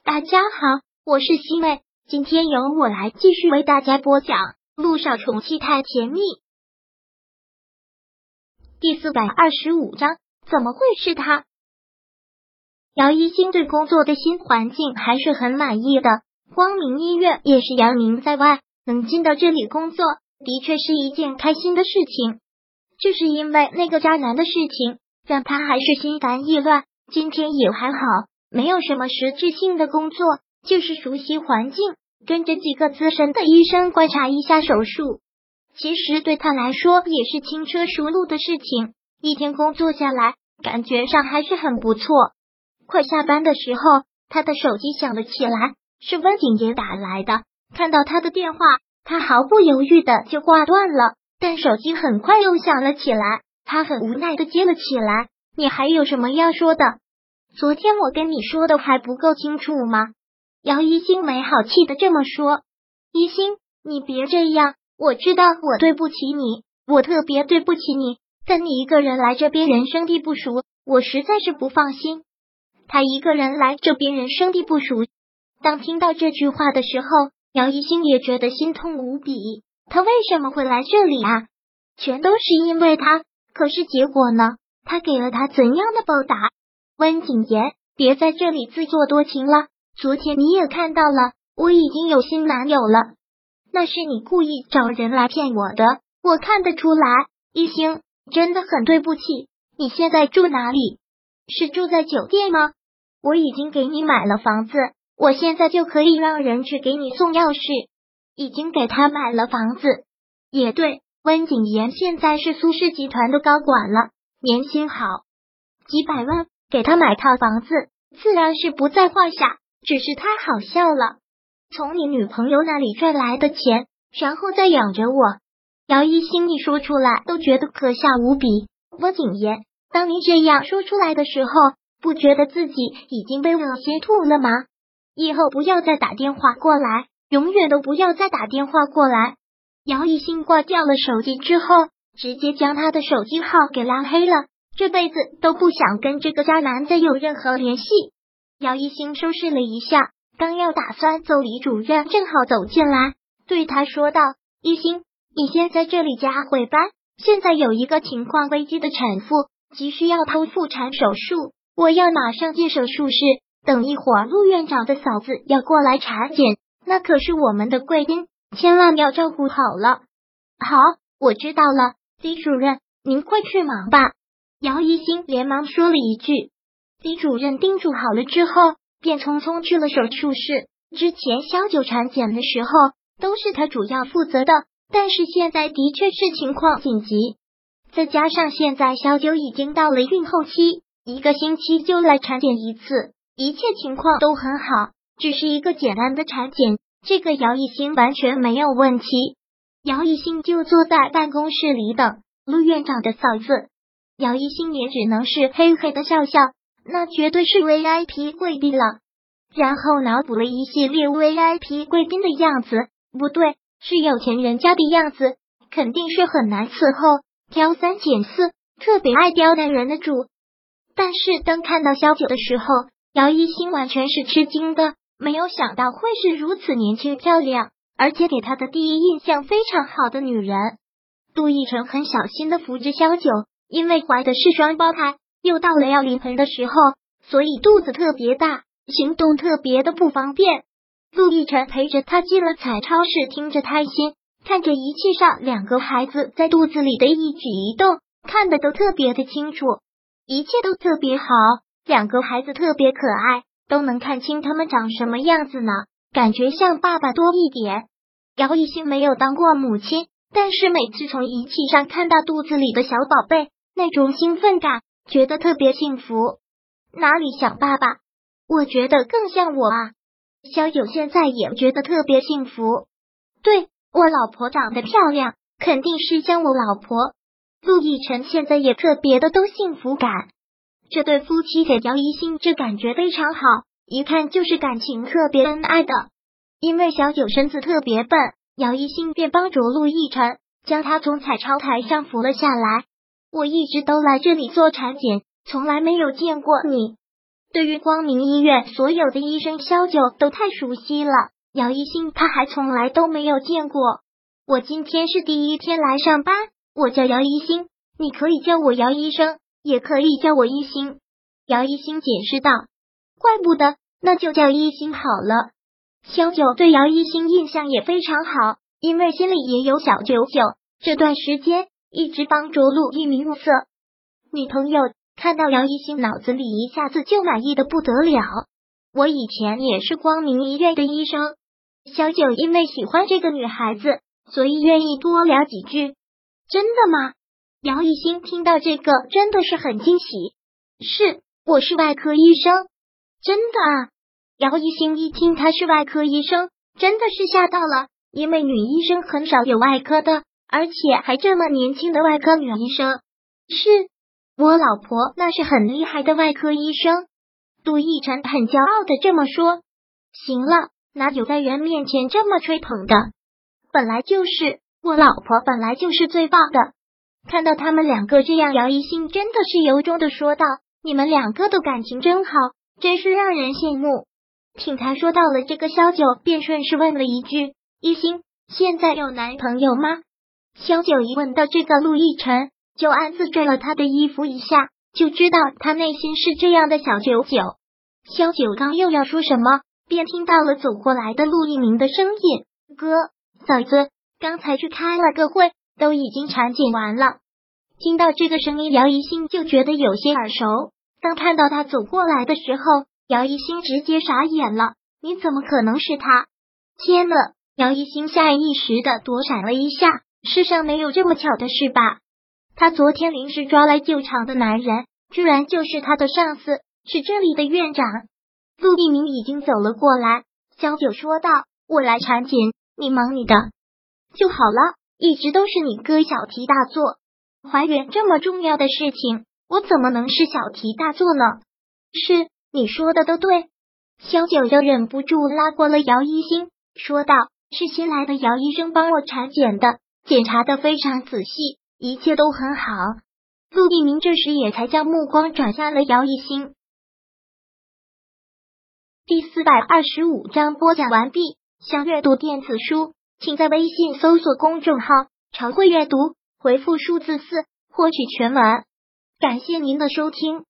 大家好，我是西妹，今天由我来继续为大家播讲《陆少宠妻太甜蜜》第425章，怎么会是他？姚一星对工作的新环境还是很满意的，光明医院也是扬名在外，能进到这里工作，的确是一件开心的事情。就是因为那个渣男的事情，让他还是心烦意乱。今天也还好，没有什么实质性的工作，就是熟悉环境，跟着几个资深的医生观察一下手术。其实对他来说也是轻车熟路的事情，一天工作下来，感觉上还是很不错。快下班的时候，他的手机响了起来，是温景言打来的。看到他的电话，他毫不犹豫的就挂断了，但手机很快又响了起来，他很无奈的接了起来。你还有什么要说的？昨天我跟你说的还不够清楚吗？姚一星没好气的这么说。一星，你别这样，我知道我对不起你，我特别对不起你，但你一个人来这边人生地不熟，我实在是不放心。他一个人来这边人生地不熟，当听到这句话的时候，姚一星也觉得心痛无比。他为什么会来这里啊？全都是因为他，可是结果呢？他给了他怎样的报答？温景言，别在这里自作多情了。昨天你也看到了，我已经有新男友了。那是你故意找人来骗我的，我看得出来。一星，真的很对不起。你现在住哪里？是住在酒店吗？我已经给你买了房子，我现在就可以让人去给你送钥匙。已经给他买了房子。也对，温景言现在是苏氏集团的高管了，年薪好，几百万，给他买套房子，自然是不在话下。只是太好笑了，从你女朋友那里赚来的钱，然后再养着我。姚一星一说出来都觉得可笑无比。温景言，当你这样说出来的时候，不觉得自己已经被恶心吐了吗？以后不要再打电话过来，永远都不要再打电话过来。姚一星挂掉了手机之后，直接将他的手机号给拉黑了，这辈子都不想跟这个渣男再有任何联系。姚一星收拾了一下，刚要打算走，李主任正好走进来，对他说道：一星，你先在这里加会班，现在有一个情况危机的产妇，急需要剖腹产手术，我要马上进手术室，等一会儿陆院长的嫂子要过来产检，那可是我们的贵宾，千万要照顾好了。好，我知道了，李主任，您快去忙吧。姚一星连忙说了一句。李主任叮嘱好了之后，便匆匆去了手术室。之前萧九产检的时候，都是他主要负责的，但是现在的确是情况紧急，再加上现在萧九已经到了孕后期，1个星期就来产检一次，一切情况都很好，只是一个简单的产检，这个姚一星完全没有问题。姚一星就坐在办公室里等陆院长的嫂子，姚一星也只能是嘿嘿的笑笑，那绝对是 VIP 贵宾了。然后脑补了一系列 VIP 贵宾的样子，不对，是有钱人家的样子，肯定是很难伺候，挑三拣四，特别爱刁难人的主。但是当看到萧九的时候，姚一星完全是吃惊的，没有想到会是如此年轻漂亮，而且给他的第一印象非常好的女人。杜奕晨很小心的扶着萧九，因为怀的是双胞胎，又到了要临盆的时候，所以肚子特别大，行动特别的不方便。陆奕晨陪着他进了彩超市，听着胎心，看着仪器上2个孩子在肚子里的一举一动，看得都特别的清楚，一切都特别好，2个孩子特别可爱，都能看清他们长什么样子呢，感觉像爸爸多一点。姚一星没有当过母亲，但是每次从仪器上看到肚子里的小宝贝，那种兴奋感，觉得特别幸福。哪里像爸爸，我觉得更像我啊。萧九现在也觉得特别幸福。对，我老婆长得漂亮，肯定是像我老婆。陆奕晨现在也特别的都幸福感。这对夫妻给姚一星这感觉非常好，一看就是感情特别恩爱的。因为小九身子特别笨，姚一星便帮助陆奕晨将他从彩超台上扶了下来。我一直都来这里做产检，从来没有见过你。 对于光明医院所有的医生，萧九都太熟悉了，姚一星他还从来都没有见过。我今天是第一天来上班，我叫姚一星，你可以叫我姚医生，也可以叫我一星。姚一星解释道。怪不得，那就叫一星好了。萧九对姚一星印象也非常好，因为心里也有小九九，这段时间一直帮着陆一鸣物色女朋友。看到姚一星，脑子里一下子就满意的不得了。我以前也是光明医院的医生。萧九因为喜欢这个女孩子，所以愿意多聊几句。真的吗？姚一星听到这个真的是很惊喜。是，我是外科医生。真的啊？姚一星一听他是外科医生，真的是吓到了，因为女医生很少有外科的，而且还这么年轻的外科女医生。是。我老婆那是很厉害的外科医生，杜奕晨很骄傲的这么说。行了，哪有在人面前这么吹捧的？本来就是，我老婆本来就是最棒的。看到他们两个这样，姚一星真的是由衷的说道：“你们两个的感情真好，真是让人羡慕。”听他说到了这个，萧九便顺势问了一句：“一星，现在有男朋友吗？”萧九一问到这个，陆奕晨就暗自拽了他的衣服一下，就知道他内心是这样的小九九。萧九刚又要说什么，便听到了走过来的陆一鸣的声音：“哥，嫂子，刚才去开了个会，都已经产检完了。”听到这个声音，姚一星就觉得有些耳熟。当看到他走过来的时候，姚一星直接傻眼了。你怎么可能是他？天呐！姚一星下意识的躲闪了一下，世上没有这么巧的事吧？他昨天临时抓来救场的男人，居然就是他的上司，是这里的院长。陆一鸣已经走了过来，萧九说道：“我来产检，你忙你的就好了，一直都是你哥小题大做。怀孕这么重要的事情，我怎么能是小题大做呢？”是，你说的都对。萧九又忍不住拉过了姚一星，说道：“是新来的姚医生帮我产检的，检查的非常仔细，一切都很好。”陆一鸣这时也才将目光转向了姚一星。第425章播讲完毕。想阅读电子书，请在微信搜索公众号常会阅读，回复数字4获取全文。感谢您的收听。